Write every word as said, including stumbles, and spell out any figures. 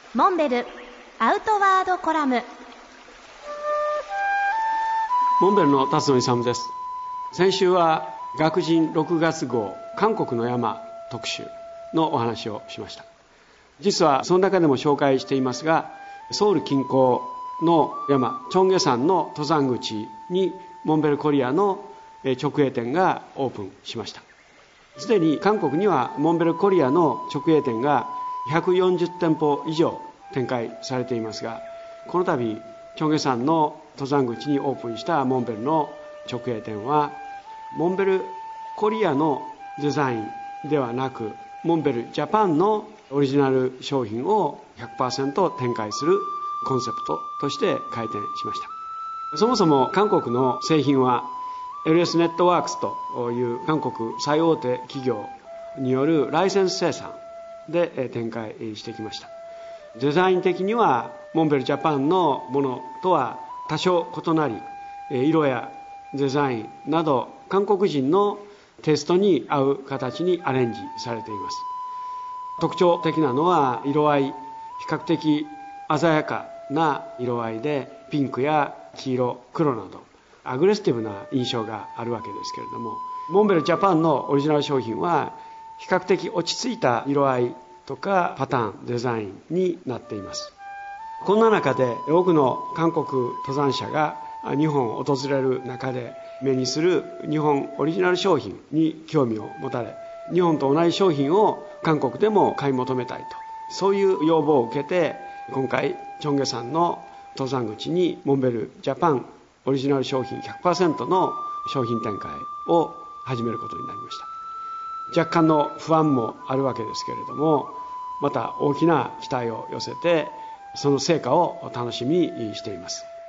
モンベルアウトワードコラム。 モンベルの辰野勇です。先週は学人ろくがつ号韓国の山特集のお話をしました。実はその中でも紹介していますが、ソウル近郊の山チョンゲ山の登山口にモンベルコリアの直営店がオープンしました。すでに韓国にはモンベルコリアの直営店がひゃくよんじゅってんぽ以上展開されていますが、この度チョンゲ山の登山口にオープンしたモンベルの直営店はモンベルコリアのデザインではなく、モンベルジャパンのオリジナル商品を ひゃくパーセント 展開するコンセプトとして開店しました。そもそも韓国の製品は エルエス ネットワークスという韓国最大手企業によるライセンス生産で展開してきました。デザイン的にはモンベルジャパンのものとは多少異なり、色やデザインなど韓国人のテイストに合う形にアレンジされています。特徴的なのは色合い、比較的鮮やかな色合いでピンクや黄色、黒などアグレッシブな印象があるわけですけれども、モンベルジャパンのオリジナル商品は比較的落ち着いた色合いとかパターン、デザインになっています。こんな中で多くの韓国登山者が日本を訪れる中で目にする日本オリジナル商品に興味を持たれ、日本と同じ商品を韓国でも買い求めたいと、そういう要望を受けて、今回チョンゲ山の登山口にモンベルジャパンオリジナル商品 ひゃくパーセント の商品展開を始めることになりました。若干の不安もあるわけですけれども、また大きな期待を寄せてその成果を楽しみにしています。